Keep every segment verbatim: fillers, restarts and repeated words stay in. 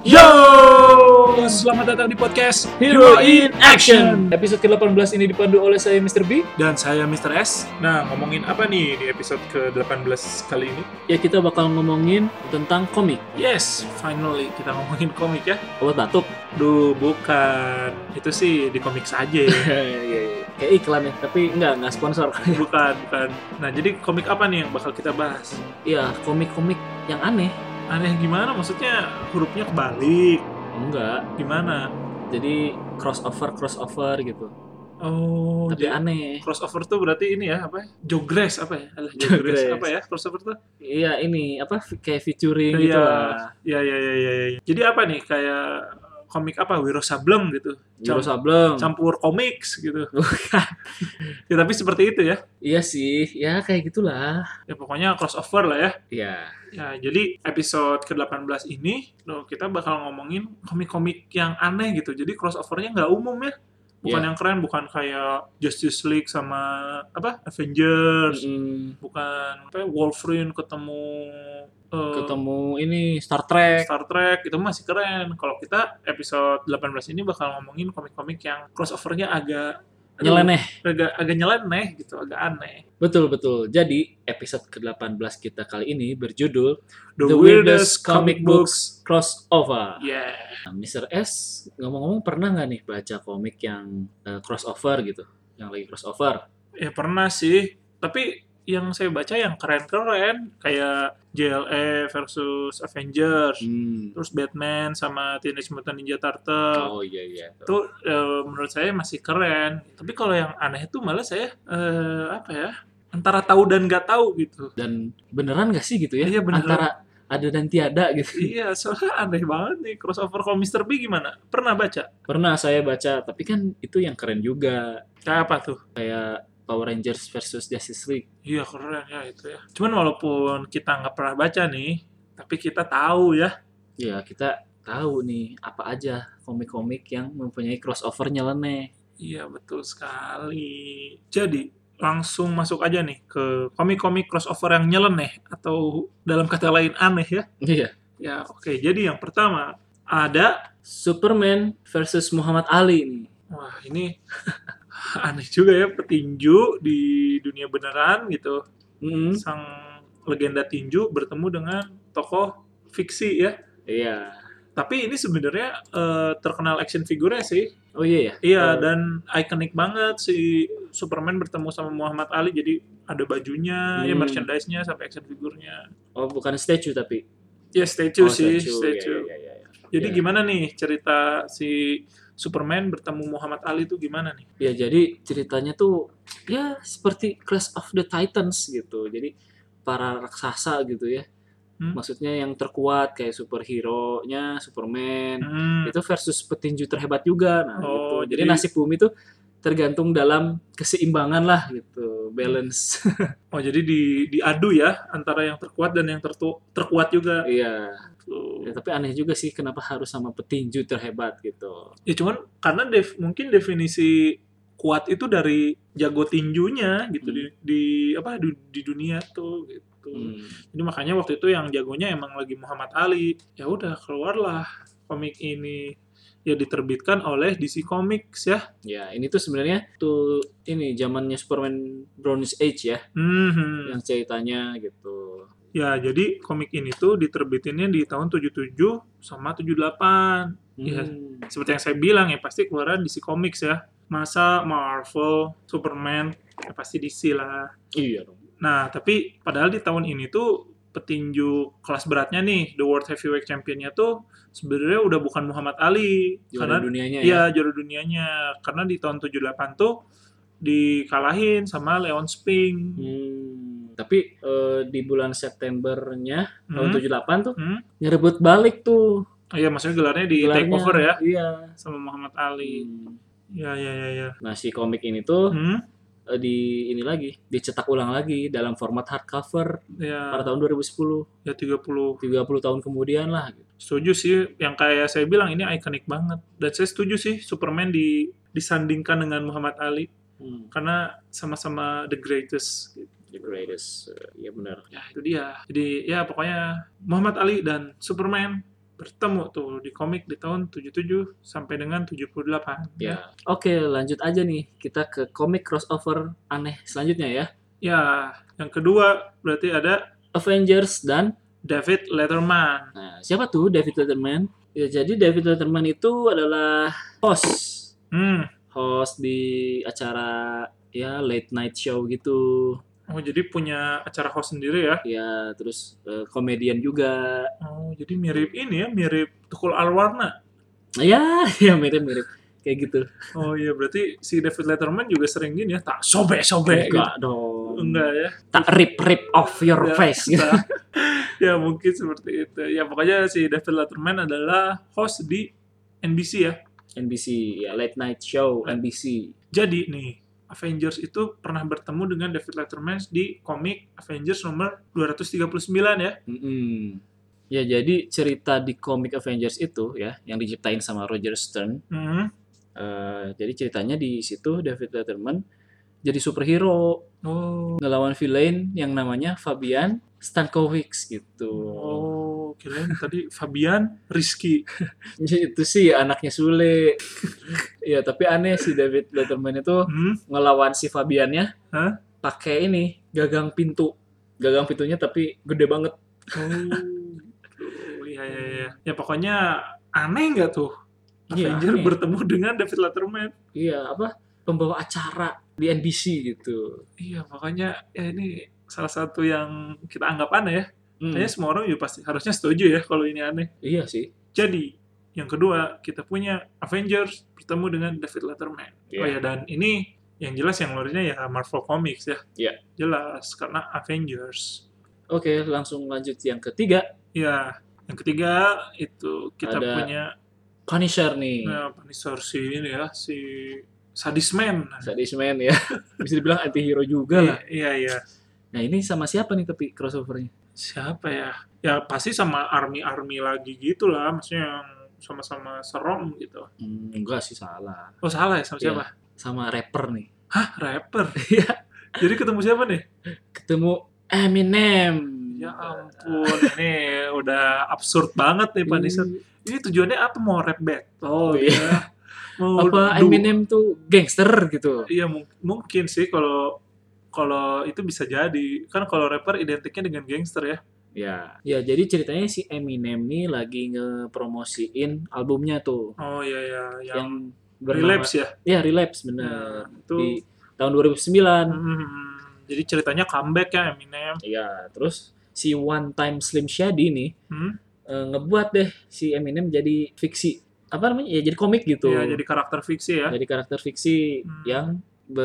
Yo, selamat datang di podcast Hero in Action. Episode ke delapan belas ini dipandu oleh saya mister B dan saya mister S. Nah, ngomongin apa nih di episode ke delapan belas kali ini? Ya, kita bakal ngomongin tentang komik. Yes, finally kita ngomongin komik ya. Obat batuk. Duh, bukan. Itu sih di komik saja ya. Kayak iklan ya, tapi enggak, enggak sponsor. Bukan, bukan. Nah, jadi komik apa nih yang bakal kita bahas? Iya, komik-komik yang aneh. Aneh gimana? Maksudnya hurufnya kebalik? Enggak. Gimana? Jadi crossover crossover gitu. Oh, tapi jadi aneh. Crossover tuh berarti ini ya, apa? Jogres apa ya? Alah, jogres apa ya? Crossover tuh? Iya, ini apa kayak featuring Iya, gitu lah. Iya, iya, iya, iya. Ya. Jadi apa nih kayak komik apa? Wiro Sableng gitu. Wiro Sableng. Campur komiks gitu. Bukan. Ya tapi seperti itu ya. Iya sih, ya kayak gitulah. Ya pokoknya crossover lah ya. Iya. Ya, jadi episode ke delapan belas ini loh, kita bakal ngomongin komik-komik yang aneh gitu. Jadi crossovernya nggak umum ya. Bukan yeah. yang keren, bukan kayak Justice League sama apa Avengers, mm-hmm. bukan apa Wolverine ketemu uh, ketemu ini Star Trek. Star Trek itu masih keren. Kalau kita episode delapan belas ini bakal ngomongin komik-komik yang crossovernya agak nyeleneh, agak agak nyeleneh gitu, agak aneh. Betul betul. Jadi episode ke delapan belas kita kali ini berjudul The, The Weirdest Comic Books Crossover. Yeah. Nah, mister S, ngomong-ngomong pernah nggak nih baca komik yang uh, crossover gitu, yang lagi crossover? Ya pernah sih, tapi yang saya baca yang keren-keren kayak J L A versus Avengers, hmm. terus Batman sama Teenage Mutant Ninja Turtle. Oh iya iya. Itu uh, menurut saya masih keren. Tapi kalau yang aneh itu malah saya uh, apa ya? Antara tahu dan nggak tahu gitu. Dan beneran nggak sih gitu ya? Iya, beneran. Antara ada dan tiada gitu. Iya, soalnya aneh banget nih crossover. Kalau mister B gimana? Pernah baca? Pernah saya baca, tapi kan itu yang keren juga. Kayak apa tuh? Kayak Power Rangers versus Justice League. Iya, keren ya itu ya. Cuman walaupun kita nggak pernah baca nih, tapi kita tahu ya. Iya, kita tahu nih apa aja komik-komik yang mempunyai crossover nyeleneh. Iya, betul sekali. Jadi, langsung masuk aja nih ke komik-komik crossover yang nyeleneh atau dalam kata lain aneh ya. Iya. Ya, oke. Jadi yang pertama ada Superman versus Muhammad Ali nih. Wah, ini aneh juga ya, petinju di dunia beneran gitu. Mm-hmm. Sang legenda tinju bertemu dengan tokoh fiksi ya. Iya. Tapi ini sebenarnya uh, terkenal action figurnya sih. Oh iya ya? Iya, oh. Dan ikonik banget si Superman bertemu sama Muhammad Ali. Jadi ada bajunya, hmm. ya merchandise-nya sampai action figurnya. Oh, bukan statue tapi? Ya, statue oh, sih, statue. statue. Ya, ya, ya, ya. Jadi ya. Gimana nih cerita si Superman bertemu Muhammad Ali itu gimana nih? Ya, jadi ceritanya tuh ya seperti Clash of the Titans gitu. Jadi para raksasa gitu ya. Hmm? Maksudnya yang terkuat kayak superhero-nya Superman hmm. itu versus petinju terhebat juga. Nah, oh, gitu. Jadi, jadi nasib bumi tuh tergantung dalam keseimbangan lah gitu, balance. Oh, jadi di diadu ya antara yang terkuat dan yang tertu, terkuat juga. Iya. Ya, tapi aneh juga sih kenapa harus sama petinju terhebat gitu. Ya cuman karena def, mungkin definisi kuat itu dari jago tinjunya gitu hmm. di, di apa di, di dunia tuh gitu. Hmm. Jadi makanya waktu itu yang jagonya emang lagi Muhammad Ali. Ya udah keluarlah komik ini. Ya diterbitkan oleh D C Comics ya. Ya, ini tuh sebenarnya tuh ini zamannya Superman Bronze Age ya. Mm-hmm. Yang ceritanya gitu. Ya, jadi komik ini tuh diterbitinnya di tahun tujuh puluh tujuh sama tujuh puluh delapan. Hmm. Ya, seperti yang saya bilang ya pasti keluaran D C Comics ya. Masa Marvel, Superman, ya pasti D C lah. Iya dong. Nah, tapi padahal di tahun ini tuh petinju kelas beratnya nih, The World Heavyweight Champion-nya tuh sebenarnya udah bukan Muhammad Ali. Juara karena, dunianya ya? Iya, juara dunianya. Karena di tahun tujuh puluh delapan tuh dikalahin sama Leon Spinks. Hmm. Tapi uh, di bulan Septembernya hmm. tahun tujuh puluh delapan tuh hmm. ngerebut balik tuh. Iya, maksudnya gelarnya di gelarnya, take over ya? Iya. Sama Muhammad Ali. Hmm. Ya, ya, ya, ya. Nah, si komik ini tuh hmm? di ini lagi dicetak ulang lagi dalam format hardcover ya. pada tahun dua ribu sepuluh. Ya tiga puluh tahun kemudian lah gitu. Setuju sih, yang kayak saya bilang ini ikonik banget. Dan saya setuju sih Superman di disandingkan dengan Muhammad Ali. Hmm. Karena sama-sama the greatest gitu. The greatest. Iya uh, benar. Ya itu dia. Jadi ya pokoknya Muhammad Ali dan Superman bertemu tuh di komik di tahun tujuh puluh tujuh sampai dengan tujuh puluh delapan. Ya. Oke, lanjut aja nih. Kita ke komik crossover aneh selanjutnya ya. Ya, yang kedua berarti ada Avengers dan David Letterman. Nah, siapa tuh David Letterman? Ya, jadi David Letterman itu adalah host. Hmm. Host di acara ya late night show gitu. Oh, jadi punya acara host sendiri ya? Ya, terus uh, komedian juga. Oh, jadi mirip ini ya, mirip Tukul Arwarna. Ya, ya mirip-mirip kayak gitu. Oh iya, berarti si David Letterman juga sering gini ya, tak sobek-sobek. Enggak gitu. dong. Enggak ya. Tak rip-rip off your ya, face gitu. Nah, ya mungkin seperti itu. Ya pokoknya si David Letterman adalah host di N B C ya. N B C, ya late night show N B C. Jadi nih, Avengers itu pernah bertemu dengan David Letterman di komik Avengers nomor dua ratus tiga puluh sembilan ya. Mm-hmm. Ya, jadi cerita di komik Avengers itu ya, yang diciptain sama Roger Stern. Mm-hmm. Uh, jadi ceritanya di situ David Letterman jadi superhero. Oh. Ngelawan villain yang namanya Fabian Stankovic gitu. Oh, kirain tadi Fabian Rizky. Itu sih anaknya Sule. Ya, tapi aneh sih David Letterman itu hmm? ngelawan si Fabiannya huh? pakai ini gagang pintu. Gagang pintunya tapi gede banget. Oh, iya iya iya. Ya pokoknya aneh nggak tuh? Iya, Avenger bertemu dengan David Letterman. Iya, apa? Pembawa acara di N B C gitu. Iya, makanya ya ini salah satu yang kita anggap aneh ya. Hmm. Kayaknya semua orang juga pasti harusnya setuju ya kalau ini aneh. Iya sih. Jadi, yang kedua, kita punya Avengers bertemu dengan David Letterman. Yeah. Oh ya, dan ini yang jelas yang luarnya ya Marvel Comics ya. Iya. Yeah. Jelas, karena Avengers. Oke, langsung lanjut yang ketiga. Ya, yang ketiga itu kita ada punya Punisher nih. Nah, Punisher si ini ya, si Sadisman. Sadisman ya. Bisa dibilang anti-hero juga lah. Iya, iya. Nah, ini sama siapa nih tapi crossovernya? Siapa ya? Ya pasti sama army-army lagi gitu lah. Maksudnya yang sama-sama serem gitu. Hmm, enggak sih, salah. Oh, salah ya? Sama siapa? Ya, sama rapper nih. Hah? Rapper? Iya. Jadi ketemu siapa nih? Ketemu Eminem. Ya ampun, ini udah absurd banget nih Punisher. Ini tujuannya apa? Mau rap battle? Oh iya. Mau apa Eminem tuh gangster gitu? Iya, mung- mungkin sih kalau kalau itu bisa jadi. Kan kalau rapper identiknya dengan gangster ya. Ya, ya jadi ceritanya si Eminem nih lagi ngepromosiin albumnya tuh. Oh iya iya, yang, yang bernama, Relapse ya? Iya, Relapse bener. Nah, itu di tahun dua ribu sembilan. Hmm, jadi ceritanya comeback ya Eminem. Iya, terus si One Time Slim Shady nih hmm? e, ngebuat deh si Eminem jadi fiksi. Apa namanya? Ya jadi komik gitu. Iya, jadi karakter fiksi ya. Jadi karakter fiksi hmm. yang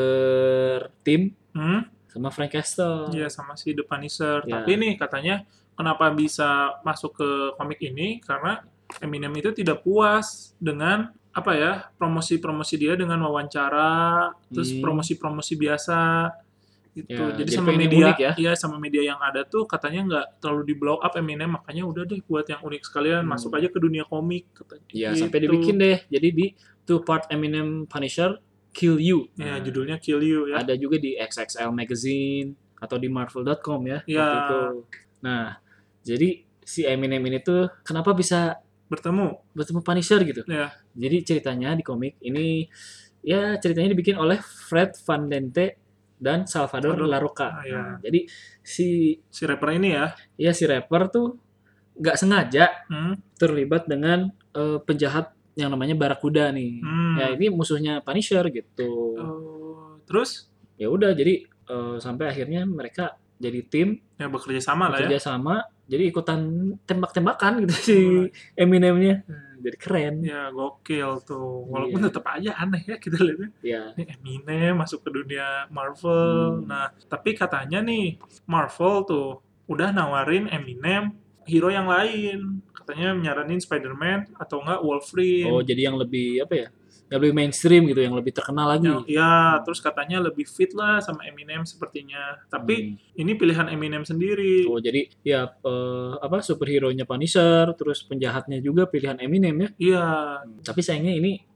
bertim hmm? sama Frank Castle. Iya, sama si The Punisher. Ya. Tapi nih katanya kenapa bisa masuk ke komik ini karena Eminem itu tidak puas dengan apa ya, promosi-promosi dia dengan wawancara, hmm. terus promosi-promosi biasa gitu. Ya, jadi, jadi sama media ya? Ya sama media yang ada tuh katanya nggak terlalu di blow up Eminem, makanya udah deh buat yang unik sekalian hmm. masuk aja ke dunia komik katanya. Ya, gitu. Sampai dibikin deh. Jadi di two part Eminem Punisher Kill You. Ya, nah, judulnya Kill You ya. Ada juga di X X L Magazine atau di marvel dot com ya. Ya. Waktu itu. Nah, jadi si Eminem ini tuh kenapa bisa bertemu bertemu Punisher gitu? Ya. Jadi ceritanya di komik ini ya ceritanya dibikin oleh Fred Van Dente dan Salvador Aduh. Larroca. Ah, ya. Nah, jadi si si rapper ini ya. Iya, si rapper tuh nggak sengaja hmm. terlibat dengan uh, penjahat yang namanya Barracuda nih. Hmm. Ya ini musuhnya Punisher gitu. Uh, terus ya udah jadi uh, sampai akhirnya mereka jadi tim ya bekerja sama lah ya. Bekerja sama. Jadi ikutan tembak-tembakan gitu si Eminemnya. Hmm, jadi keren. Ya gokil tuh. Walaupun iya. tetap aja aneh ya kita lihatnya. Iya. Ini Eminem masuk ke dunia Marvel. Hmm. Nah, tapi katanya nih Marvel tuh udah nawarin Eminem hero yang lain. Katanya nyaranin Spider-Man atau enggak Wolverine. Oh, jadi yang lebih apa ya? Yang lebih mainstream gitu, yang lebih terkenal lagi. Yang, ya, terus katanya lebih fit lah sama Eminem sepertinya. Tapi hmm. ini pilihan Eminem sendiri. Oh, jadi ya uh, apa superhero-nya Punisher, terus penjahatnya juga pilihan Eminem ya? Iya. Hmm, tapi sayangnya ini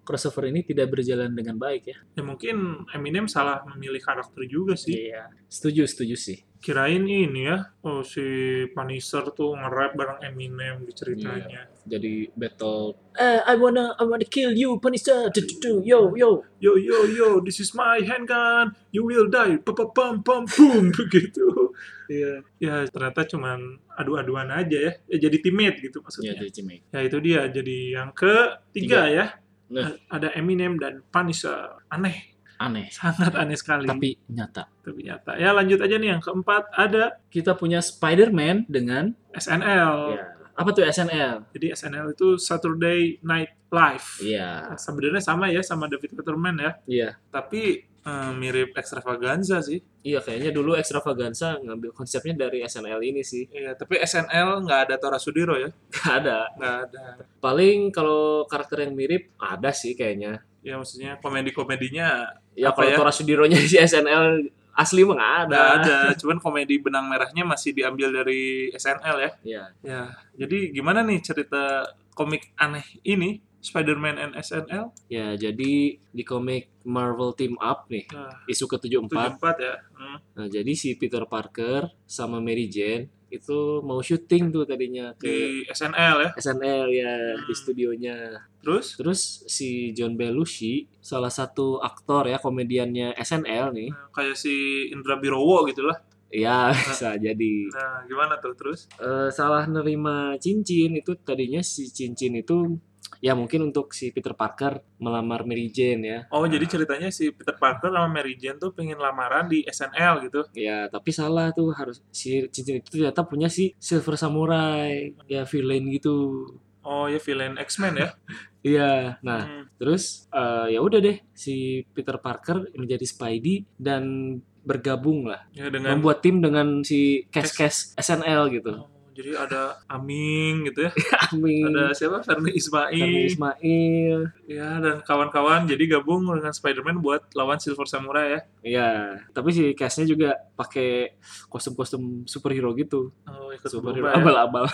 crossover ini tidak berjalan dengan baik ya. Ya mungkin Eminem salah memilih karakter juga sih. Iya, setuju setuju sih. Kirain ini ya, oh si Punisher tuh nge-rap bareng Eminem di ceritanya. Iya. Jadi battle. Eh, I wanna, I wanna kill you, Punisher. Yo, yo. Yo, yo, yo, this is my handgun. You will die. Pam, pam, pam, boom. Begitu. Iya. Ya ternyata cuman adu-aduan aja ya. Ya jadi teammate gitu maksudnya. Ya, jadi teammate. Ya itu dia. Jadi yang ketiga ya. Nah. Ada Eminem dan Punisher. Aneh. Aneh. Sangat aneh sekali. Tapi nyata. Tapi nyata. Ya lanjut aja nih yang keempat ada. Kita punya Spider-Man dengan S N L. Ya. Apa tuh S N L? Jadi S N L itu Saturday Night Live. Iya. Nah, sebenarnya sama ya sama David Letterman ya. Iya. Tapi eh, mirip Extravaganza sih. Iya, kayaknya dulu Extravaganza ngambil konsepnya dari S N L ini sih. Iya, tapi S N L nggak ada Tora Sudiro ya? Nggak ada. Nggak ada. Paling kalau karakter yang mirip ada sih kayaknya. Ya maksudnya komedi-komedinya. Ya apa kalau ya? Tora Sudironya si S N L asli mah nggak ada. Nggak ada. Cuman komedi benang merahnya masih diambil dari S N L ya. Iya. Ya. Jadi gimana nih cerita komik aneh ini? Spider-Man and S N L? Ya, jadi di komik Marvel Team Up nih, Nah, isu ke tujuh puluh empat. tujuh puluh empat ya. Hmm. Nah, jadi si Peter Parker sama Mary Jane itu mau syuting tuh tadinya ke Di S N L ya. S N L ya, Hmm. di studionya. Terus? Terus si John Belushi, salah satu aktor ya komediannya S N L nih. Nah, kayak si Indra Birowo gitu lah. Ya, bisa jadi. Nah, gimana tuh terus? Eh, salah nerima cincin itu tadinya si cincin itu ya mungkin untuk si Peter Parker melamar Mary Jane ya. Oh, jadi ceritanya si Peter Parker sama Mary Jane tuh pengen lamaran di S N L gitu. Ya, tapi salah tuh harus si cincin itu ternyata punya si Silver Samurai, ya villain gitu. Oh, ya villain X-Men ya. Iya, nah Hmm. terus eh, ya udah deh si Peter Parker menjadi Spidey dan bergabung lah, Ya dengan membuat tim dengan si Kes-Kes S N L gitu. Oh, jadi ada Aming gitu ya. Amin. Ada siapa? Fernie Fernie Ismail. Ismail. Ya, dan kawan-kawan jadi gabung dengan Spider-Man buat lawan Silver Samurai ya. Iya, tapi si cast-nya juga pakai kostum-kostum superhero gitu. Oh, ikut Superhero berubah ya. abal-abal.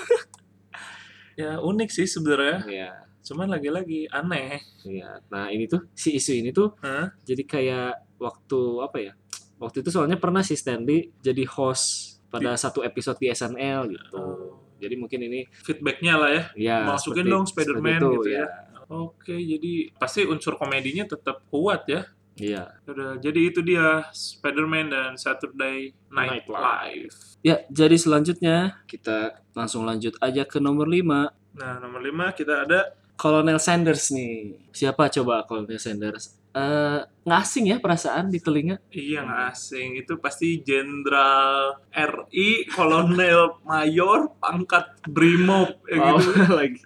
Ya, unik sih sebenarnya. Iya. Cuman lagi-lagi aneh. Iya. Nah, ini tuh si isu ini tuh Hah? jadi kayak waktu apa ya? Waktu itu soalnya pernah si Stanley jadi host pada satu episode di S N L gitu. Oh. Jadi mungkin ini Feedbacknya lah ya. ya Masukin seperti- dong Spider-Man seperti itu, gitu ya. ya. Oke, jadi pasti unsur komedinya tetap kuat ya. Iya. Udah, jadi itu dia Spider-Man dan Saturday Night, Night Live. Ya, jadi selanjutnya kita langsung lanjut aja ke nomor lima. Nah, nomor lima kita ada Colonel Sanders nih. Siapa coba Colonel Sanders? Eh, nggak asing ya perasaan di telinga? iya nggak asing, itu pasti Jenderal R I, Kolonel Mayor, pangkat Brimob, ya Wow, gitu. lagi.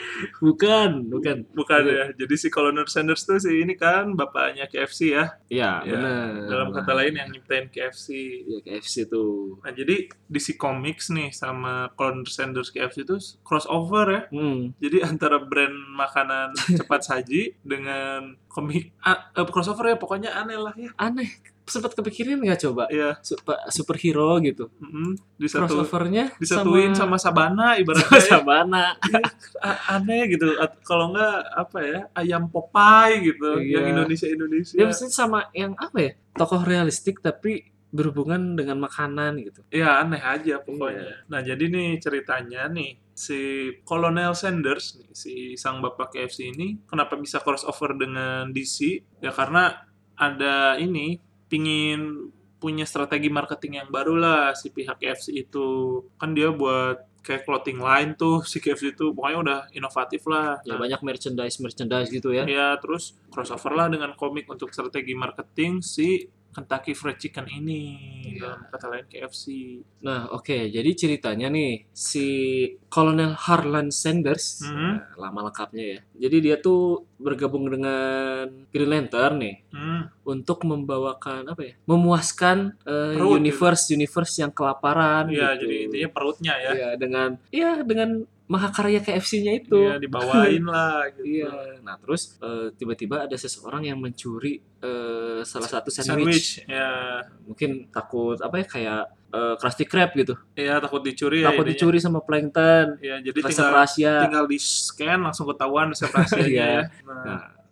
Bukan, bukan. Bukan ya. Jadi si Colonel Sanders tuh si ini kan bapaknya K F C ya. Ya, Ya, benar. dalam kata lain yang nyiptain K F C. Ya, K F C tuh. Nah, jadi D C Comics nih sama Colonel Sanders K F C itu crossover ya. Hmm. Jadi antara brand makanan cepat saji dengan komik ah, eh, crossover ya, pokoknya aneh lah ya. Aneh. Sempat kepikiran nggak coba? Iya, Super, superhero gitu. mm-mm. disatu, Crossovernya disatuin sama, Sabana sama ibaratnya. ya. Sabana. A- aneh gitu. At- Kalau nggak apa ya, ayam Popeye gitu, Iya. yang Indonesia Indonesia. Ya maksudnya sama yang apa ya? Tokoh realistik tapi berhubungan dengan makanan gitu. Ya aneh aja pokoknya. Iya. Nah jadi nih ceritanya nih si Colonel Sanders nih, si sang bapak K F C ini kenapa bisa crossover dengan D C? Ya karena ada ini pingin punya strategi marketing yang baru lah si pihak K F C itu. Kan dia buat kayak clothing line tuh si K F C itu pokoknya udah inovatif lah. Ya Nah, banyak merchandise merchandise gitu ya. ya terus crossover lah dengan komik untuk strategi marketing si Kentucky Fried Chicken ini, Iya. dalam kata lain K F C. Nah, oke. Jadi ceritanya nih, si Colonel Harlan Sanders, Hmm. nah, lama lengkapnya ya. Jadi dia tuh bergabung dengan Green Lantern nih Hmm. untuk membawakan apa ya? Memuaskan eh, Perut, universe universe yang kelaparan Iya, gitu. jadi intinya perutnya ya. Iya, dengan iya dengan mahakarya K F C-nya itu. Iya, dibawain lah gitu. Iya. Nah, terus eh, tiba-tiba ada seseorang yang mencuri eh, salah satu Sandwich. sandwich. Ya. Mungkin takut apa ya kayak eh, Krusty Krab gitu. Iya, takut dicuri ya. Takut intinya. dicuri sama plankton. Iya, jadi Resep tinggal rahasia. tinggal di scan langsung ketahuan resep rahasianya Iya. ya. Nah, Nah,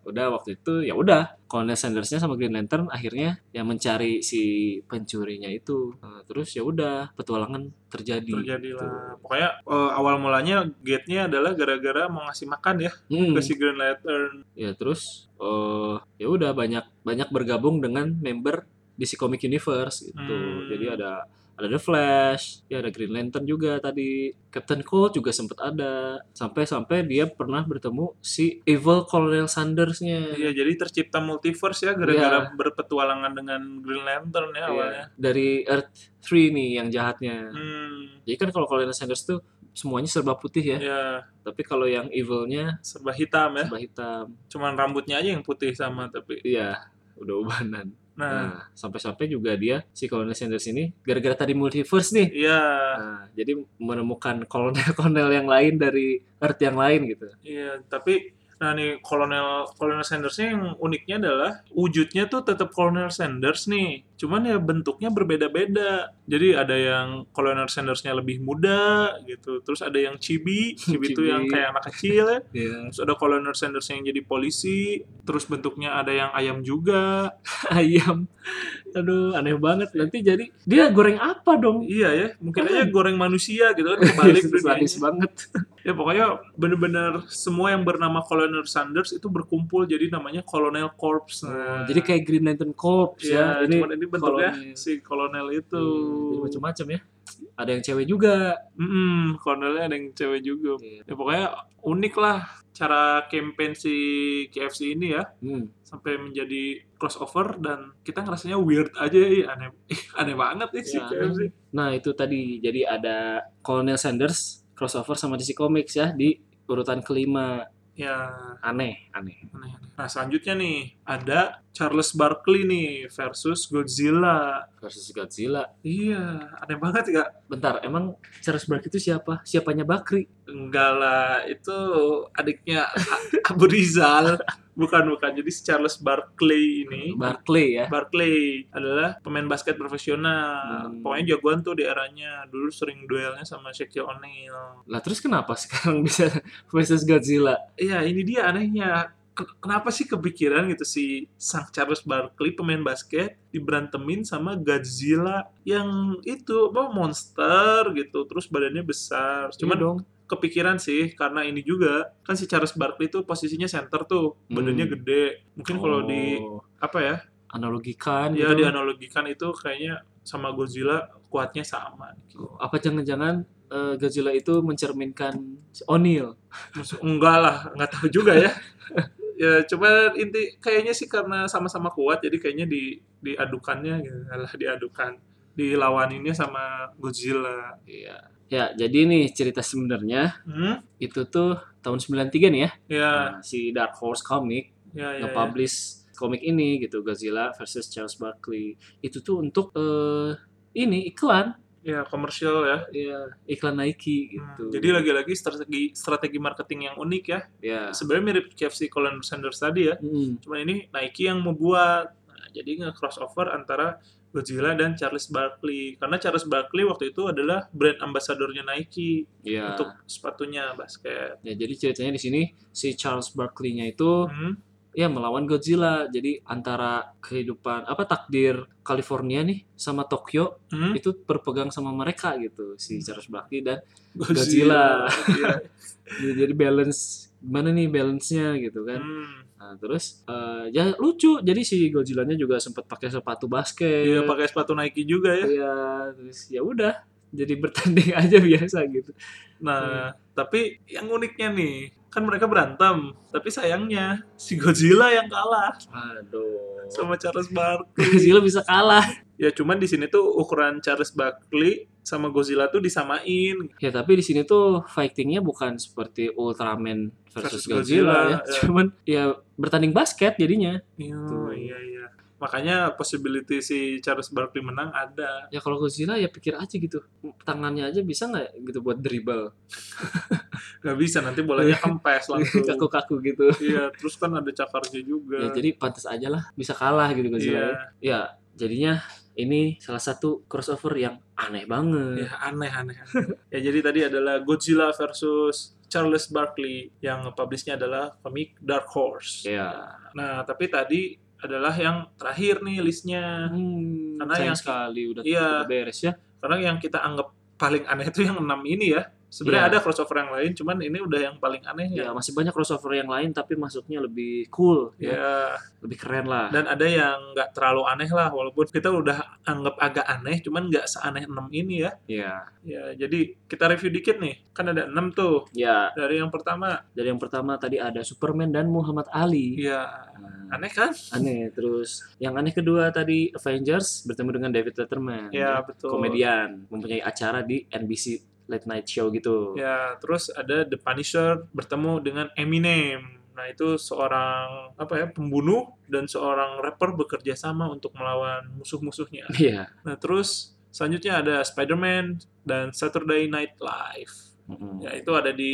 udah waktu itu ya udah Colonel Sanders-nya sama Green Lantern akhirnya yang mencari si pencurinya itu. Nah, terus ya udah petualangan terjadi. Terjadilah. Gitu. Pokoknya uh, awal mulanya gate-nya adalah gara-gara mau ngasih makan ya hmm. ke si Green Lantern. Ya terus uh, ya udah banyak banyak bergabung dengan member D C Comic Universe gitu. Hmm. Jadi ada ada The Flash, ya ada Green Lantern juga tadi, Captain Cold juga sempat ada, sampai-sampai dia pernah bertemu si Evil Colonel Sanders-nya. Iya, jadi tercipta multiverse ya gara-gara ya. berpetualangan dengan Green Lantern ya, ya awalnya. Dari Earth tiga nih yang jahatnya. Hmm. Jadi kan kalau Colonel Sanders tuh semuanya serba putih ya. Ya. Tapi kalau yang evil-nya serba hitam ya. Serba hitam. Cuman rambutnya aja yang putih sama tapi. Iya, udah ubanan. Nah, nah, sampai-sampai juga dia si Colonel Sanders ini gara-gara tadi multiverse nih. Iya. Nah, jadi menemukan kolonel-kolonel yang lain dari Earth yang lain gitu. Iya, tapi nah nih Kolonel Kolonel Sanders-nya yang uniknya adalah wujudnya tuh tetap Kolonel Sanders nih. Cuman ya bentuknya berbeda-beda. Jadi ada yang Kolonel Sanders-nya lebih muda gitu. Terus ada yang chibi, chibi itu yang kayak anak kecil ya. Yeah. Terus ada Kolonel Sanders yang jadi polisi. Terus bentuknya ada yang ayam juga. Ayam. Aduh, aneh banget. Nanti jadi dia goreng apa dong? Iya ya, mungkin aja goreng manusia gitu kan kebalik dunianya. banget. Ya pokoknya bener-bener semua yang bernama Colonel Sanders itu berkumpul jadi namanya Colonel Corps. Nah, jadi kayak Green Lantern Corps ya. ya. Ini, ini bentuknya kolonel. Si Colonel itu. Hmm, jadi macam-macam ya. Ada yang cewek juga. Mm-mm, Colonelnya ada yang cewek juga. Yeah. Ya pokoknya unik lah cara campaign si K F C ini ya. Hmm. Sampai menjadi crossover dan kita ngerasanya weird aja ya, aneh aneh banget nih ya, si K F C. Nah, itu tadi jadi ada Colonel Sanders crossover sama D C Comics ya di urutan kelima. Ya, aneh, aneh. Aneh, aneh. Nah, selanjutnya nih ada Charles Barkley nih versus Godzilla. Versus Godzilla. Iya, aneh banget gak? Bentar, emang Charles Barkley itu siapa? Siapanya Bakri? Enggak lah, itu adiknya Abu Rizal. Bukan, bukan. Jadi si Charles Barkley ini Barkley ya? Barkley adalah pemain basket profesional. Hmm. Pokoknya jagoan tuh di eranya. Dulu sering duelnya sama Shaquille O'Neal. Lah terus kenapa sekarang bisa versus Godzilla? Iya, ini dia anehnya. Kenapa sih kepikiran gitu si sang Charles Barkley pemain basket diberantemin sama Godzilla yang itu apa monster gitu, terus badannya besar. Cuman iya dong. Kepikiran sih karena ini juga kan si Charles Barkley tuh posisinya center tuh, badannya hmm. gede. Mungkin oh. kalau di apa ya? Analogikan ya gitu. Dianalogikan itu kayaknya sama Godzilla kuatnya sama. Gitu. Apa jangan-jangan uh, Godzilla itu mencerminkan O'Neal? Enggak lah, nggak tahu juga ya. Ya cuma inti kayaknya sih karena sama-sama kuat jadi kayaknya di diadukannya gitu, lah diadukan dilawaninnya sama Godzilla. Iya. Ya, jadi nih cerita sebenarnya hmm? itu tuh tahun sembilan puluh tiga nih ya. Ya. Nah, si Dark Horse Comic ya, ya, nge-publish ya. komik ini gitu, Godzilla versus Charles Barkley. Itu tuh untuk uh, ini iklan. Ya, komersial ya. Iya, iklan Nike gitu. Hmm, jadi lagi-lagi strategi strategi marketing yang unik ya. Ya. Sebenarnya mirip K F C Colonel Sanders tadi ya. Hmm. Cuma ini Nike yang membuat. Nah, jadi nge-crossover antara Godzilla dan Charles Barkley. Karena Charles Barkley waktu itu adalah brand ambassadornya Nike ya. Untuk sepatunya basket. Ya, jadi ceritanya di sini si Charles Barkley-nya itu hmm. ya melawan Godzilla. Jadi antara kehidupan apa takdir California nih sama Tokyo hmm? itu berpegang sama mereka gitu, si Charles Barkley dan Godzilla. Godzilla. Jadi balance gimana nih balance-nya gitu kan. Hmm. Nah, terus uh, ya lucu. Jadi si Godzilla-nya juga sempat pakai sepatu basket. Iya, pakai sepatu Nike juga ya. Iya, terus ya udah jadi bertanding aja biasa gitu. Nah, hmm. tapi yang uniknya nih, kan mereka berantem, tapi sayangnya si Godzilla yang kalah. Aduh. Sama Charles Barkley. Godzilla bisa kalah. Ya cuman di sini tuh ukuran Charles Barkley sama Godzilla tuh disamain. Ya tapi di sini tuh fightingnya bukan seperti Ultraman versus, versus Godzilla, Godzilla ya. ya. Cuman ya bertanding basket jadinya. Oh, iya iya. Makanya possibility si Charles Barkley menang ada. Ya kalau Godzilla ya pikir aja gitu. Tangannya aja bisa nggak gitu buat dribble? Gak bisa, nanti bolanya kempes langsung. Kaku-kaku gitu. Iya, terus kan ada cakarnya juga. Ya jadi pantas aja lah bisa kalah gitu Godzilla. Iya. Ya jadinya ini salah satu crossover yang aneh banget. Ya aneh aneh. Ya jadi tadi adalah Godzilla versus Charles Barkley, yang publishnya adalah komik Dark Horse. Ya. Nah tapi tadi adalah yang terakhir nih listnya. Hmm, karena sayang yang sekali udah, iya, udah beres ya. Karena yang kita anggap paling aneh itu yang enam ini ya. Sebenarnya Iya. ada crossover yang lain, cuman ini udah yang paling aneh Ya ya. masih banyak crossover yang lain tapi masuknya lebih cool ya, Ya. lebih keren lah. Dan ada yang nggak terlalu aneh lah, walaupun kita udah anggap agak aneh, cuman nggak seaneh enam ini ya. Iya. Ya, jadi kita review dikit nih. Kan ada enam tuh. Ya. Dari yang pertama. Dari yang pertama tadi ada Superman dan Muhammad Ali. Iya. Nah, Aneh kan? aneh. Terus yang aneh kedua tadi Avengers bertemu dengan David Letterman. Ya, betul. Komedian, mempunyai acara di N B C Late Night Show gitu. Ya, terus ada The Punisher bertemu dengan Eminem. Nah, itu seorang apa ya, pembunuh dan seorang rapper bekerja sama untuk melawan musuh-musuhnya. Iya. Nah, terus selanjutnya ada Spider-Man dan Saturday Night Live. Mm-hmm. Ya, itu ada di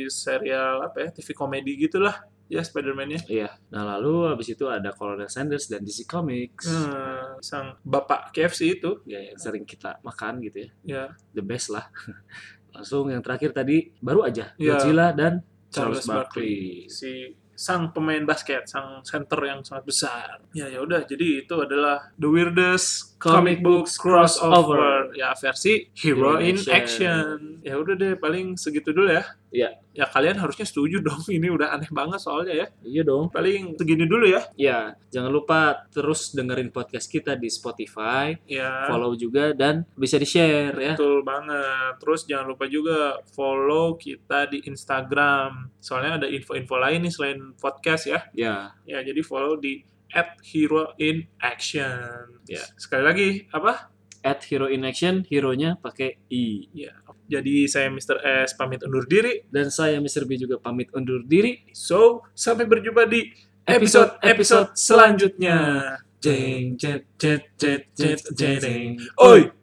serial apa ya, T V komedi gitulah. Ya, Spider-Man-nya. Iya. Nah, lalu habis itu ada Colonel Sanders dan D C Comics. Hmm, sang bapak K F C itu. Ya, yang sering kita makan gitu ya. Ya. The best lah. Langsung yang terakhir tadi baru aja ya. Godzilla dan Charles, Charles Barkley. Si sang pemain basket, sang center yang sangat besar. Ya ya udah, jadi itu adalah the weirdest comic books crossover. Ya versi Hero, Hero in Action. Action. Ya udah deh, paling segitu dulu ya. Iya. Ya kalian harusnya setuju dong, ini udah aneh banget soalnya ya. Iya dong. Paling segini dulu ya. Ya, jangan lupa terus dengerin podcast kita di Spotify. Ya. Follow juga dan bisa di-share ya. Betul banget. Terus jangan lupa juga follow kita di Instagram. Soalnya ada info-info lain nih selain podcast ya. Ya. Ya, jadi follow di at hero in action. Ya. Sekali lagi, apa? At hero in action, hero-nya pakai I. Ya. Jadi saya mister S pamit undur diri. Dan saya mister B juga pamit undur diri. So, sampai berjumpa di episode-episode selanjutnya. Jeng, jet, jet, jet, jet, jeng. Oi!